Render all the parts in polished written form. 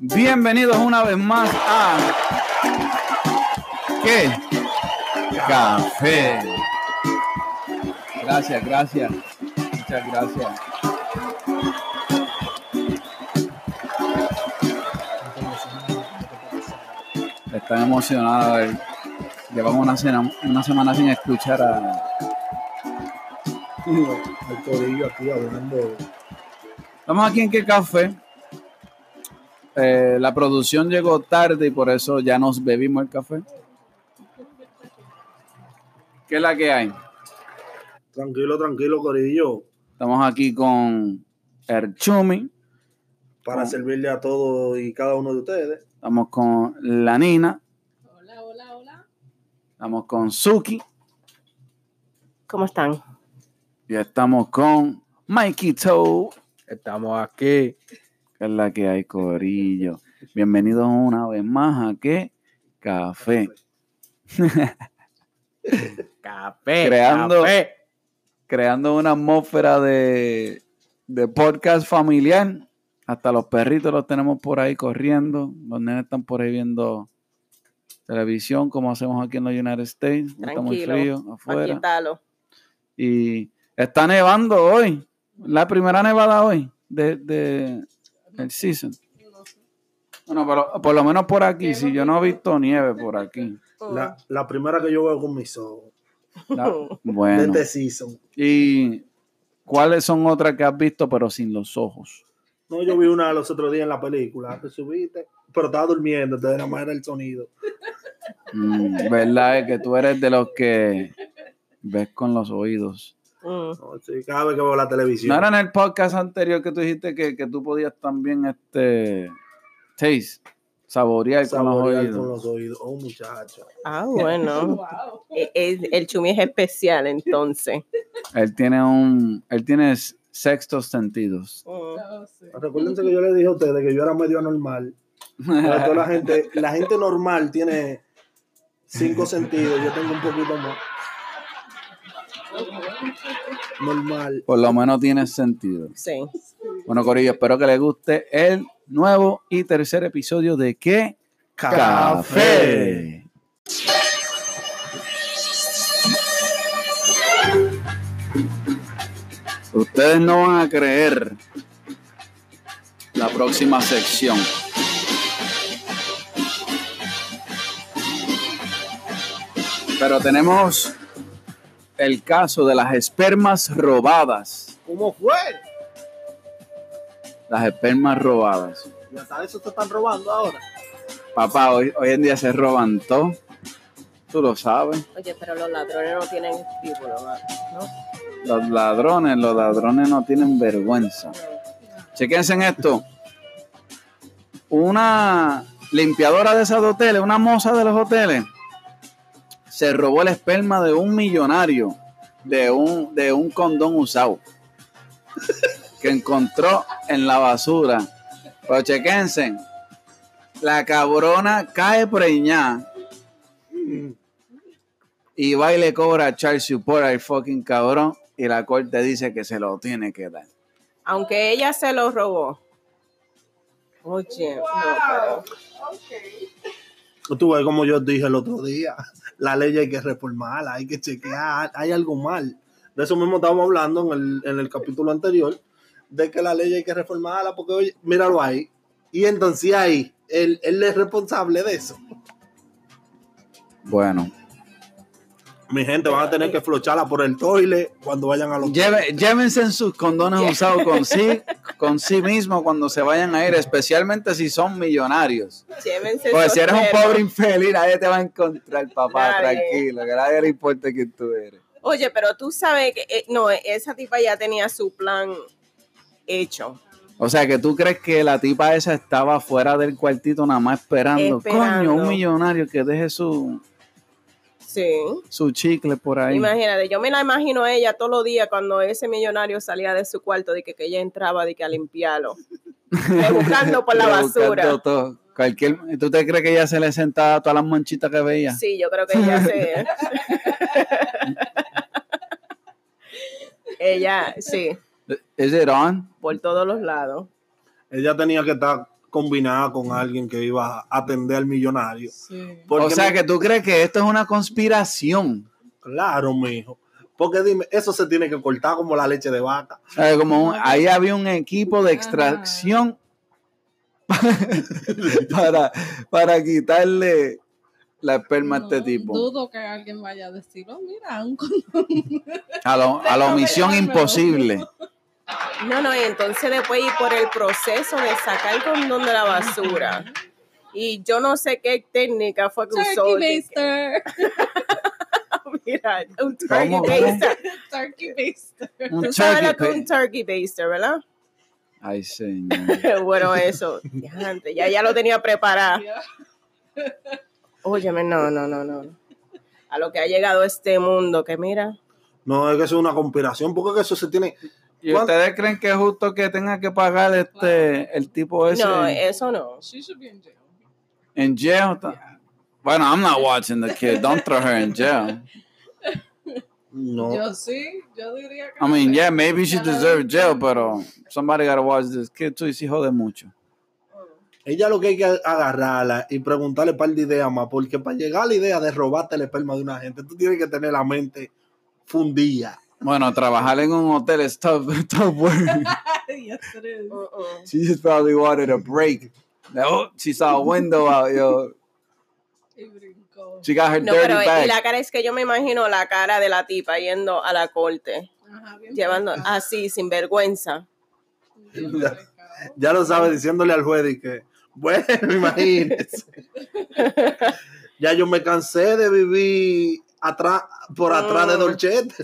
Bienvenidos una vez más a ¿Qué? Café. Gracias. Muchas gracias. Están emocionados. Llevamos una semana sin escuchar a el corillo aquí hablando. Estamos aquí en ¿Qué Café? La producción llegó tarde y por eso ya nos bebimos el café. ¿Qué es la que hay? Tranquilo, corillo. Estamos aquí con el Chumi. Para servirle a todos y cada uno de ustedes. Estamos con la Nina. Hola. Estamos con Suki. ¿Cómo están? Y estamos con Mikey Toe. Estamos aquí. ¿Qué es la que hay, corillo? Bienvenidos una vez más a ¿Qué Café? Creando una atmósfera de podcast familiar. Hasta los perritos los tenemos por ahí corriendo. Los nenes están por ahí viendo televisión, como hacemos aquí en los United States. Tranquilo. Está muy frío afuera. Maquietalo. Y está nevando hoy. La primera nevada hoy de el season. Bueno, pero por lo menos por aquí, si yo no he visto nieve por aquí. La primera que yo veo con mis ojos. Bueno. De este season. ¿Y cuáles son otras que has visto pero sin los ojos? No, yo vi una los otros días en la película. Te subiste, pero estaba durmiendo, entonces nada más era el sonido. ¿Verdad? Es que tú eres de los que ves con los oídos. No, sí, cada vez que veo la televisión. ¿No era en el podcast anterior que tú dijiste que tú podías también saborear con los oídos? Oh, muchacho. Ah, bueno. Wow. El Chumi es especial, entonces. Él tiene sextos sentidos. Recuérdense que yo les dije a ustedes que yo era medio anormal. Toda la gente normal tiene 5 sentidos. Yo tengo un poquito más. Normal. Por lo menos tiene sentido. Sí. Bueno, corillo, espero que les guste el nuevo y tercer episodio de ¿Qué Café? Ustedes no van a creer la próxima sección. Pero tenemos el caso de las espermas robadas. ¿Cómo fue? Las espermas robadas. Y hasta eso te están robando ahora. Papá, hoy en día se roban todo. Tú lo sabes. Oye, pero los ladrones no tienen estímulo, ¿no? Los ladrones no tienen vergüenza. Chequense en esto. Una limpiadora de esos hoteles, una moza de los hoteles, se robó el esperma de un millonario de un condón usado que encontró en la basura. Pero chequense, la cabrona cae preñada y va y le cobra child support al fucking cabrón y la corte dice que se lo tiene que dar. Aunque ella se lo robó. Oye, no, pero... Tú ves como yo dije el otro día, la ley hay que reformarla, hay que chequear, hay algo mal. De eso mismo estábamos hablando en el capítulo anterior, de que la ley hay que reformarla, porque oye, míralo ahí. Y entonces ahí, él es responsable de eso. Bueno. Mi gente, van a tener que flocharla por el toilet cuando vayan a los... Llévense en sus condones usados con sí mismo cuando se vayan a ir, especialmente si son millonarios. Llévense. Porque si eres un pobre infeliz, nadie te va a encontrar, papá, Nadie. tranquilo, que a nadie le importa quién tú eres. Oye, pero tú sabes que esa tipa ya tenía su plan hecho. O sea, que tú crees que la tipa esa estaba fuera del cuartito nada más esperando. Coño, un millonario que deje su chicle por ahí. Imagínate, yo me la imagino a ella todos los días cuando ese millonario salía de su cuarto, de que ella entraba de que a limpiarlo, buscando por la basura. Todo. ¿Tú te crees que ella se le sentaba todas las manchitas que veía? Sí, yo creo que ella se... ella, sí. ¿Es it on? Por todos los lados. Ella tenía que estar combinada con alguien que iba a atender al millonario. Sí. Porque O sea, que tú crees que esto es una conspiración. Claro, mijo. Porque dime, eso se tiene que cortar como la leche de vaca. Ahí había un equipo de extracción para quitarle la esperma a este tipo. Dudo que alguien vaya a decir, oh, mira, un A la misión imposible. No, y entonces después ir por el proceso de sacar el condón de la basura. Y yo no sé qué técnica fue que usó. turkey baster. Mira, un turkey ¿Cómo? baster. Turkey baster. Un Tú sabes lo que es turkey un turkey baster, ¿verdad? Ay, señor. Bueno, eso. Ya lo tenía preparado. Óyeme, no. A lo que ha llegado este mundo, que mira. No es que eso es una conspiración, porque eso se tiene... ¿Y ustedes creen que es justo que tenga que pagar el tipo ese No, eso no. She should be in jail. en jail? Bueno, I'm not watching the kid. Don't throw her in jail. No. Yo sí, yo diría que I mean, no. yeah, maybe she deserves jail, pero somebody gotta watch this kid too y si jode mucho. Ella lo que hay que agarrarla y preguntarle un par de ideas más, porque para llegar a la idea de robarte el esperma de una gente, tú tienes que tener la mente fundida. Bueno, trabajar en un hotel es tough work. Yes, it is. She just probably wanted a break. Oh, she saw a window out, yo. Y brincó. She got her No, dirty pero y bag. la cara es que yo me imagino la cara de la tipa yendo a la corte, Ajá, bien llevando brincado. así, sin vergüenza. Bien brincado. Ya lo sabe, diciéndole al juez y que, bueno, imagínese. Ya yo me cansé de vivir por atrás de Dolchete.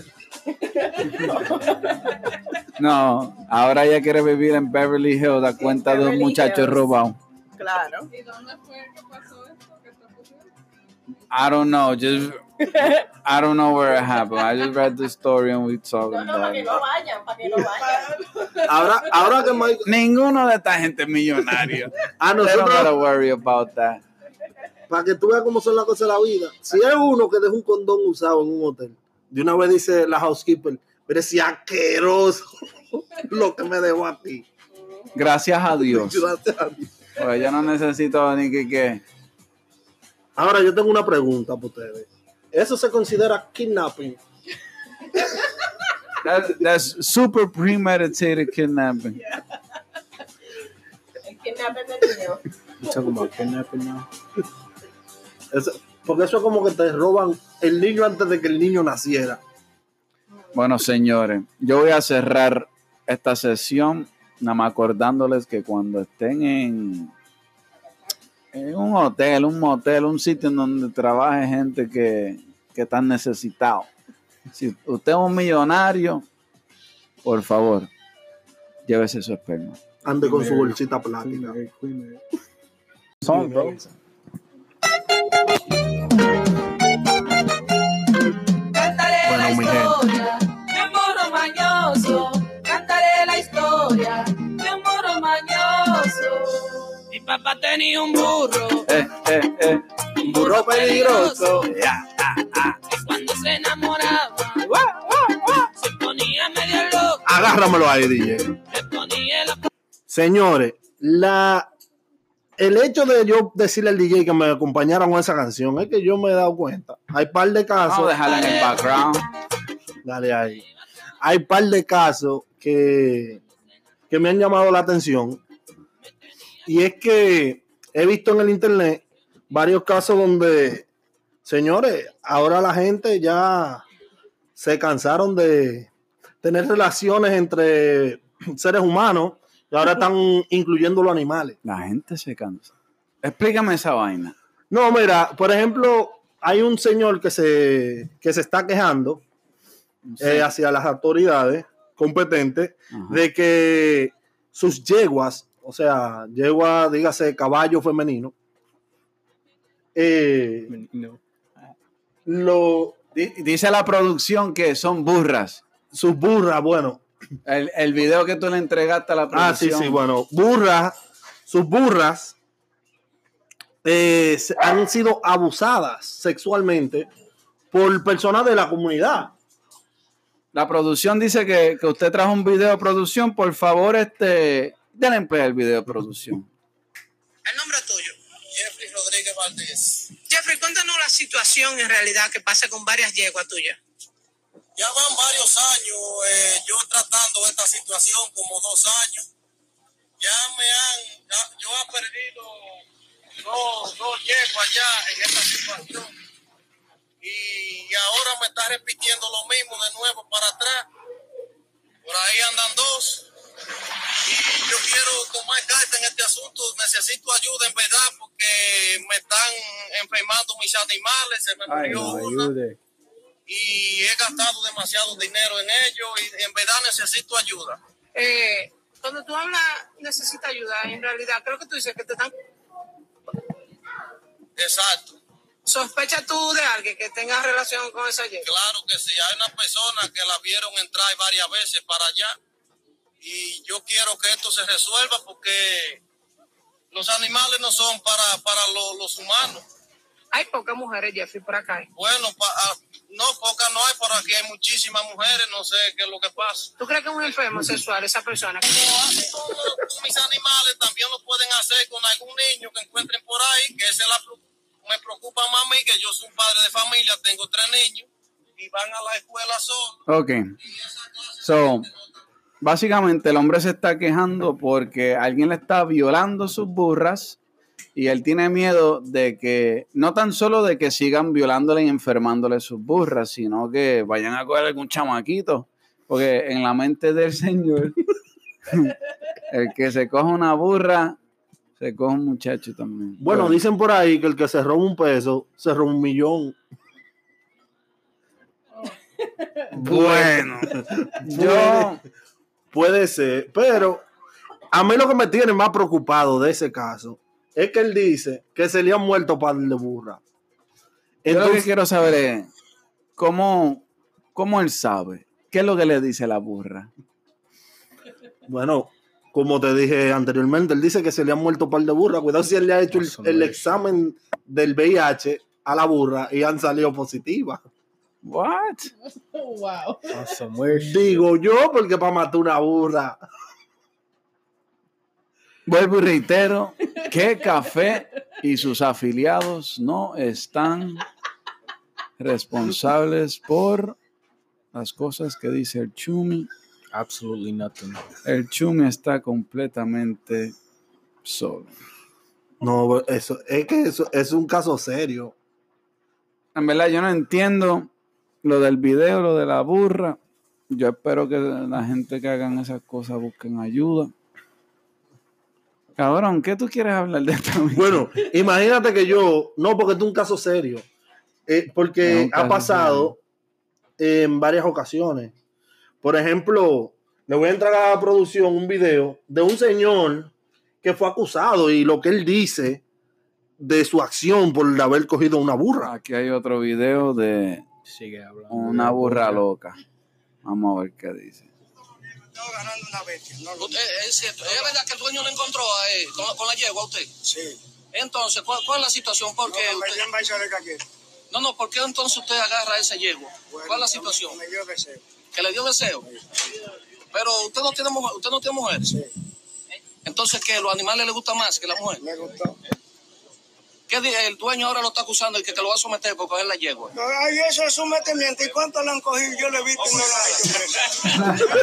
No, ahora ella quiere vivir en Beverly Hills a cuenta de un Beverly muchacho Hills. robado. Claro. ¿Y dónde fue que pasó esto? ¿Qué está pasando? I don't know, I don't know where it happened. I just read the story and we talked about it. vayan, para que no vayan. Ahora que Michael, Ninguno de esta gente es millonario. a They don't gotta nosotros, worry about that. para que tú veas cómo son las cosas de la vida, si hay uno que deja un condón usado en un hotel, de una vez dice la housekeeper, pero si asqueroso lo que me dejó aquí. Gracias a Dios. Gracias a Dios. Pues yo no necesito ni que. Ahora yo tengo una pregunta para ustedes. ¿Eso se considera kidnapping? That's super premeditated kidnapping. El kidnapping del niño. You talking about kidnapping now? Porque eso es como que te roban el niño antes de que el niño naciera. Bueno, señores, yo voy a cerrar esta sesión nada más acordándoles que cuando estén en un hotel, un motel, un sitio en donde trabaje gente que están necesitados. Si usted es un millonario, por favor, llévese su esperma. Ande con su bolsita plástica. Song, bro. Bueno, mi gente. De un burro mañoso, cantaré la historia de un burro mañoso. Mi papá tenía un burro, Un burro peligroso. y cuando se enamoraba, se ponía medio loco, Agárramelo ahí, DJ. le ponía la Señores, el hecho de yo decirle al DJ que me acompañara con esa canción es que yo me he dado cuenta. Hay par de Vamos casos. a dejarla en el background. Dale ahí. Hay par de casos que me han llamado la atención. Y es que he visto en el internet varios casos donde, señores, ahora la gente ya se cansaron de tener relaciones entre seres humanos y ahora están incluyendo los animales. La gente se cansa. Explícame esa vaina. No, mira, por ejemplo, hay un señor que se está quejando hacia las autoridades competentes Ajá. de que sus yeguas, o sea, yegua, dígase caballo femenino, No. Dice la producción que son burras. sus burras, bueno, El video que tú le entregaste a la producción. sí, bueno, sus burras han sido abusadas sexualmente por personas de la comunidad. La producción dice que usted trajo un video de producción. Por favor, denle play al video de producción. El nombre tuyo. Jeffrey Rodríguez Valdés. Jeffrey, cuéntanos la situación en realidad que pasa con varias yeguas tuyas. Ya van varios años yo tratando esta situación, como 2 años. Yo he perdido dos yeguas ya en esta situación. Y ahora me está repitiendo lo mismo de nuevo para atrás. Por ahí andan 2. Y yo quiero tomar carta en este asunto. Necesito ayuda en verdad porque me están enfermando mis animales. Se me murió una. Y he gastado demasiado dinero en ello y en verdad necesito ayuda. Cuando tú hablas necesita ayuda, en realidad creo que tú dices que te están... Exacto. ¿Sospechas tú de alguien que tenga relación con esa yegua? Claro que sí. Hay una persona que la vieron entrar varias veces para allá. Y yo quiero que esto se resuelva porque los animales no son para los humanos. Hay pocas mujeres, Jeffrey, por acá. Bueno, no, pocas no hay, pero aquí hay muchísimas mujeres, no sé qué es lo que pasa. ¿Tú crees que es un enfermo sexual esa persona? Como hacen con mis animales, también lo pueden hacer con algún niño que encuentren por ahí, que me preocupa más a mí, que yo soy un padre de familia, tengo 3 niños y van a la escuela solos. Ok. So, básicamente el hombre se está quejando porque alguien le está violando sus burras y él tiene miedo de que, no tan solo de que sigan violándole y enfermándole sus burras, sino que vayan a coger algún chamaquito. Porque en la mente del Señor, el que se coja una burra, se coja un muchacho también. Bueno, dicen por ahí que el que se roba un peso, se roba 1 millón. Bueno, yo... Puede ser, pero a mí lo que me tiene más preocupado de ese caso es que él dice que se le han muerto par de burra. Yo lo que quiero saber es cómo él sabe. ¿Qué es lo que le dice la burra? Bueno, como te dije anteriormente, él dice que se le han muerto par de burra. Cuidado si él le ha hecho el examen del VIH a la burra y han salido positivas. What? Wow. Digo yo, porque para matar una burra. Vuelvo y reitero que Café y sus afiliados no están responsables por las cosas que dice el Chumi. Absolutely nothing. El Chumi está completamente solo. No, eso es un caso serio. En verdad, yo no entiendo lo del video, lo de la burra. Yo espero que la gente que hagan esas cosas busquen ayuda. Cabrón, ¿qué tú quieres hablar de esto? Bueno, imagínate que no, porque es un caso serio. Porque ha pasado en varias ocasiones. Por ejemplo, le voy a entrar a la producción un video de un señor que fue acusado y lo que él dice de su acción por haber cogido una burra. Aquí hay otro video de una burra loca. Vamos a ver qué dice. Estaba ganando una bestia. Es cierto. ¿Es verdad que el dueño lo encontró con la yegua a usted? Sí. Entonces, ¿cuál es la situación? ¿Por qué No, ¿por qué entonces usted agarra a ese yegua? Bueno, ¿cuál es la situación? Me dio deseo. ¿Que le dio deseo? Sí. Pero usted no tiene mujer. Sí. Entonces, ¿qué? ¿Los animales le gustan más que la mujer? Me gustó. ¿Qué el dueño ahora lo está acusando y que lo va a someter por coger la yegua? No, ay, eso es sometimiento. ¿Y cuánto lo han cogido? Yo le he visto y no lo ha hecho.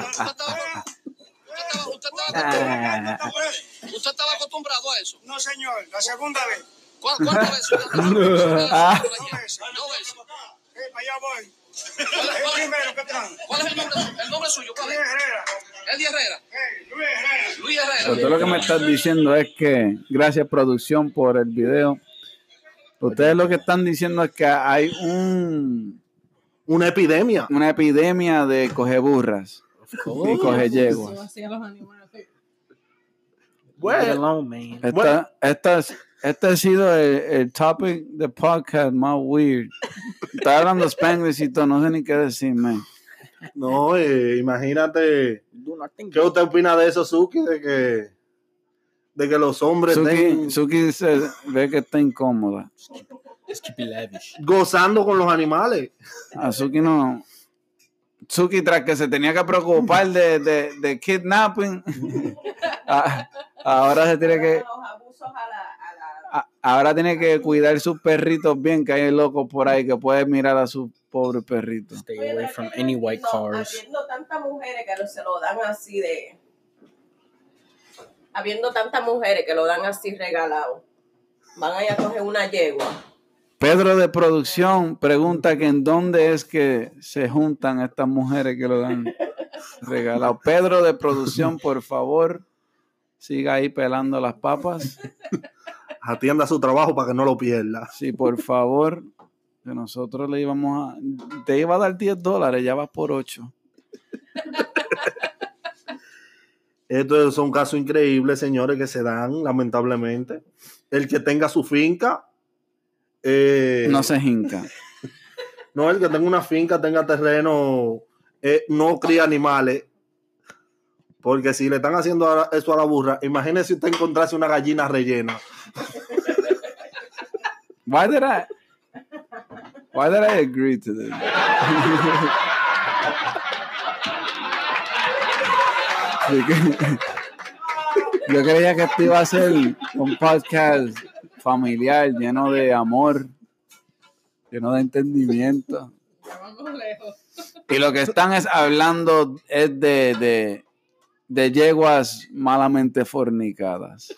¿Usted estaba acostumbrado a eso? No, señor. La segunda vez. ¿Cuántas veces? Dos veces. Para allá voy. ¿Cuál es el nombre suyo? ¿Cuál es? Eddie Herrera. Luis Herrera. Todo lo que me estás diciendo es que, gracias producción por el video, ustedes lo que están diciendo es que hay una epidemia de cogeburras y cogeyeguas. Bueno, Este ha sido el topic de podcast más weird. Está hablando Spanglish y todo, no sé ni qué decirme. No, imagínate. ¿Qué usted opina de eso, Suki? De que los hombres Suki ve que está incómoda. Gozando con los animales. A Suki no. Suki, tras que se tenía que preocupar de kidnapping, ahora se tiene que... usos a la Ahora tiene que cuidar sus perritos bien, que hay locos por ahí que pueden mirar a sus pobres perritos. Stay away from any white cars. Habiendo tantas mujeres que se lo dan así de... Habiendo tantas mujeres que lo dan así regalado. Van a ir a coger una yegua. Pedro de producción pregunta que en dónde es que se juntan estas mujeres que lo dan regalado. Pedro de producción, por favor, siga ahí pelando las papas. Atienda su trabajo para que no lo pierda. Sí, por favor, que nosotros le íbamos a... Te iba a dar $10, ya vas por 8. Estos son casos increíbles, señores, que se dan, lamentablemente. El que tenga su finca... No se jinca. No, el que tenga una finca, tenga terreno, no cría animales. Porque si le están haciendo eso a la burra, imagínese si usted encontrase una gallina rellena. Why did I agree to this? Yo creía que esto iba a ser un podcast familiar, lleno de amor, lleno de entendimiento. Ya vamos lejos. Y lo que están hablando es de yeguas malamente fornicadas.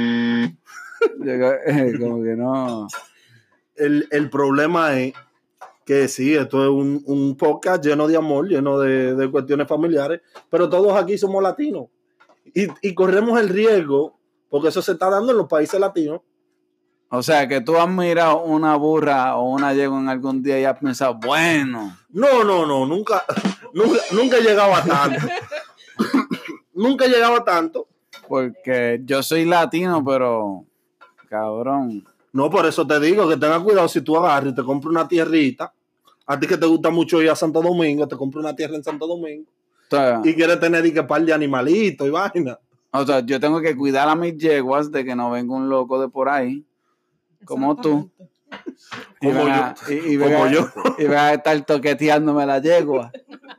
Como que no. El problema es que sí, esto es un podcast lleno de amor, lleno de cuestiones familiares, pero todos aquí somos latinos. Y corremos el riesgo, porque eso se está dando en los países latinos. O sea, que tú has mirado una burra o una yegua en algún día y has pensado, bueno. No, nunca he llegado a tanto. Nunca he llegado a tanto. Porque yo soy latino, pero cabrón. No, por eso te digo que tengas cuidado si tú agarras y te compras una tierrita. A ti que te gusta mucho ir a Santo Domingo, te compras una tierra en Santo Domingo. O sea, Y quieres tener y que par de animalitos y vaina. o sea, yo tengo que cuidar a mis yeguas de que no venga un loco de por ahí, como tú. Y Como venga- yo. y Como venga- yo. Y venga a estar toqueteándome la yegua.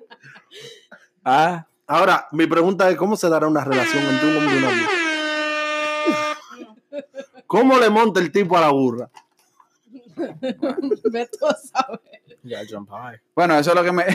¿Ah? Ahora, mi pregunta es, ¿cómo se dará una relación entre un hombre y una burra? ¿Cómo le monta el tipo a la burra? Ve tú a saber. You gotta jump high. Bueno, eso es lo que me...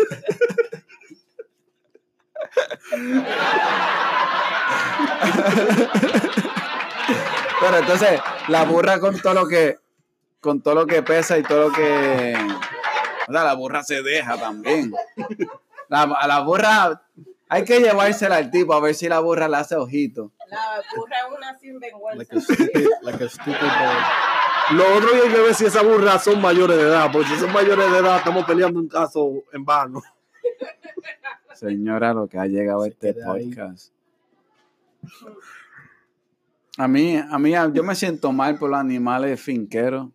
Pero entonces, la burra con todo lo que pesa y todo lo que... O sea, la burra se deja también. A la burra hay que llevársela al tipo a ver si la burra le hace ojito. La burra es una sinvergüenza. Like a stupid dog. Lo otro que hay que ver si esas burras son mayores de edad, porque si son mayores de edad estamos peleando un caso en vano. Señora, lo que ha llegado a este queda ahí. podcast. A mí, yo me siento mal por los animales finqueros.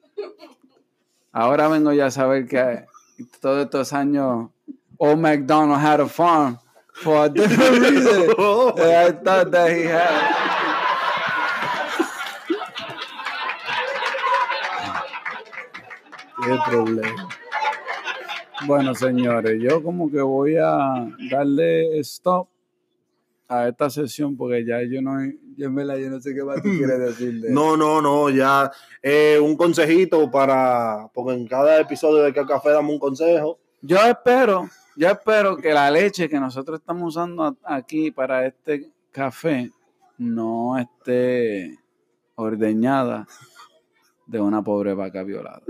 Ahora vengo ya a saber que todos estos años Old MacDonald had a farm for a different reason that I thought that he had. Qué problema. Bueno, señores, yo como que voy a darle stop a esta sesión porque ya yo en verdad yo no sé qué más tú quieres decir de No, ya un consejito porque en cada episodio de Que Café damos un consejo. Yo espero que la leche que nosotros estamos usando aquí para este café no esté ordeñada de una pobre vaca violada.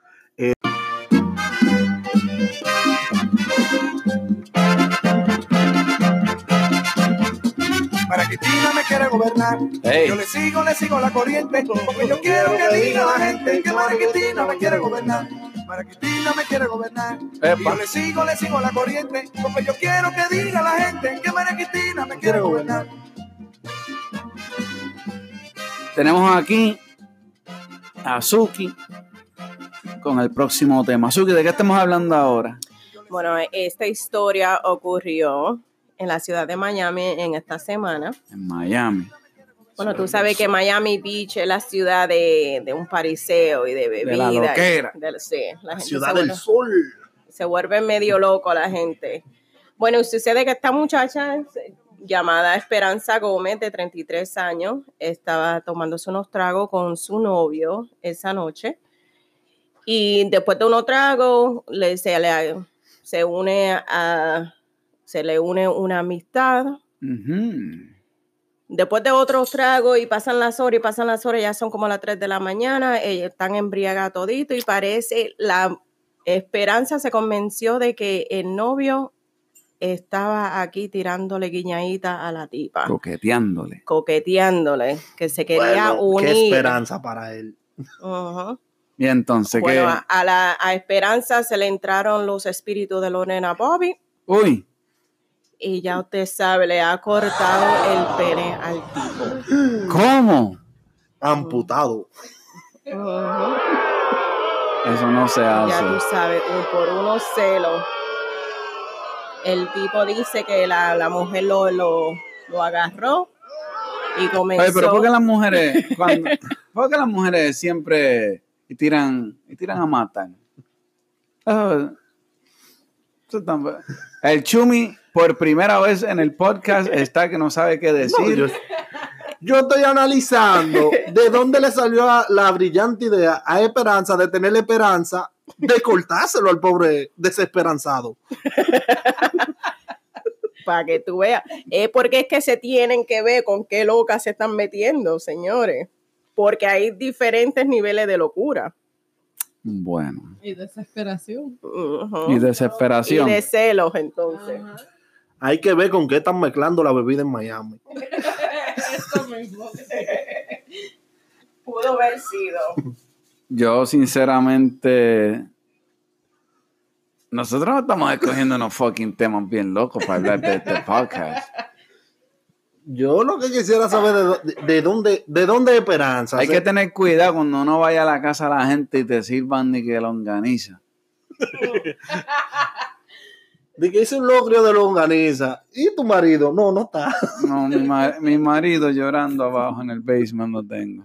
Para Cristina me quiere gobernar. Hey. Yo le sigo la corriente. Porque yo quiero que diga la gente que María Cristina me quiere gobernar. María Cristina me quiere gobernar. Y yo le sigo la corriente. Porque yo quiero que diga la gente que María Cristina me quiere gobernar. Tenemos aquí a Suki con el próximo tema. Suki, ¿de qué estamos hablando ahora? Bueno, esta historia ocurrió en la ciudad de Miami en esta semana. En Miami. Bueno, tú sabes que Miami Beach es la ciudad de un pariseo y de bebida. la loquera. Sí, la gente Ciudad del Sol. se vuelve medio loco la gente. Bueno, sucede que esta muchacha llamada Esperanza Gómez, de 33 años, estaba tomándose unos tragos con su novio esa noche. Y después de unos tragos, se le une una amistad. Ujú. Después de otros tragos y pasan las horas, ya son como las 3 de la mañana, ellos están embriagados todito y parece la Esperanza se convenció de que el novio estaba aquí tirándole guiñadita a la tipa. Coqueteándole. Que se quería Bueno, unir. qué esperanza para él. Ujú. Y entonces, Bueno, ¿qué? a Esperanza se le entraron los espíritus de Lorena Bobby Uy, y ya usted sabe, le ha cortado el pene al tipo. ¿cómo? Amputado. Ujú. Eso no se hace. Ya tú sabes, por unos celos. El tipo dice que la mujer lo agarró y comenzó. Oye, pero ¿por qué las mujeres, ¿por qué las mujeres siempre tiran a matar? El Chumi, por primera vez en el podcast, está que no sabe qué decir. No, yo estoy analizando de dónde le salió la brillante idea a Esperanza de tener la esperanza de cortárselo al pobre desesperanzado. Para que tú veas. Es porque es que se tienen que ver con qué locas se están metiendo, señores. Porque hay diferentes niveles de locura. Bueno. Y desesperación. Ujú. Y desesperación. Y de celos, entonces. Ajá. Hay que ver con qué están mezclando la bebida en Miami. Esto mismo. Pudo haber sido. Yo, sinceramente, nosotros no estamos escogiendo unos fucking temas bien locos para hablar de este podcast. Yo lo que quisiera saber de dónde es Esperanza. Hay que tener cuidado cuando uno vaya a la casa de la gente y te sirvan ni que longaniza. De que hice un logro de longaniza. ¿Y tu marido? No, no está. No, mi marido llorando abajo en el basement lo tengo.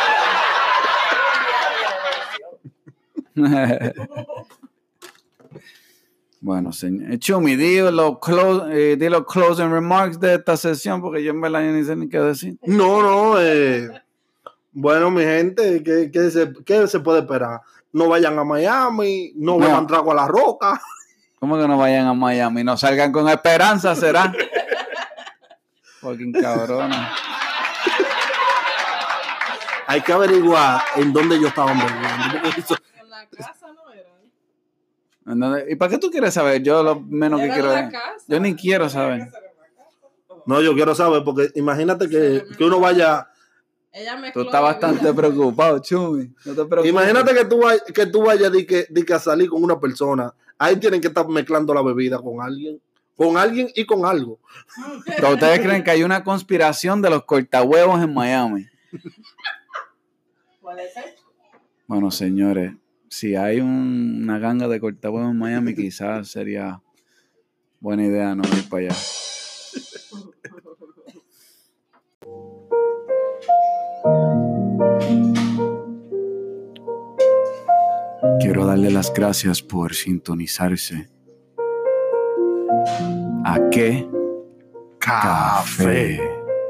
Bueno, señor. Chumi, di los closing remarks de esta sesión, porque yo en verdad ya ni sé ni qué decir. No. Bueno, mi gente, ¿qué se puede esperar? No vayan a Miami, no beban trago a la roca. ¿Cómo que no vayan a Miami? No salgan con esperanza, ¿será? Fucking cabrona. Hay que averiguar en dónde ellos estaban bebiendo. En la casa no era. Entonces, ¿y para qué tú quieres saber? Yo lo menos que Era quiero en la es... casa. Yo ni quiero saber. No, yo quiero saber, porque imagínate que uno vaya... Ella Tú mezcló estás bastante bebida. preocupado, Chumi. No te preocupes. Imagínate que tú vayas di que a salir con una persona. Ahí tienen que estar mezclando la bebida con alguien y con algo. ¿Ustedes creen que hay una conspiración de los cortahuevos en Miami? Puede ser. Bueno, señores, si hay una ganga de cortahuevos en Miami, quizás sería buena idea no ir para allá. Quiero darle las gracias por sintonizarse. ¿A qué? Café.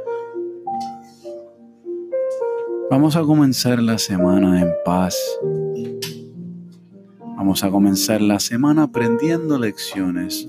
Vamos a comenzar la semana en paz. Vamos a comenzar la semana aprendiendo lecciones.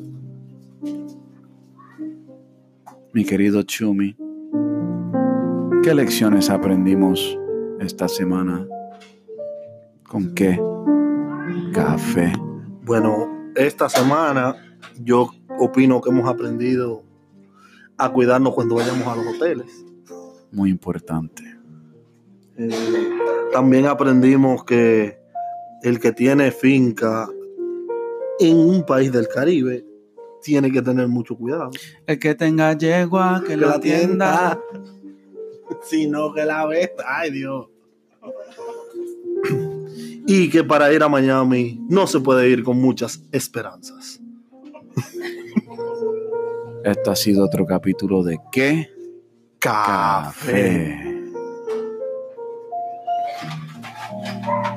Mi querido Chumi, ¿qué lecciones aprendimos esta semana? ¿Con qué café? Bueno, esta semana yo opino que hemos aprendido a cuidarnos cuando vayamos a los hoteles. Muy importante. También aprendimos que el que tiene finca en un país del Caribe tiene que tener mucho cuidado. El que tenga yegua, que la atienda. Sino que la ve. Ay, Dios. Y que para ir a Miami no se puede ir con muchas esperanzas. Esto ha sido otro capítulo de ¿Qué? Café. Café.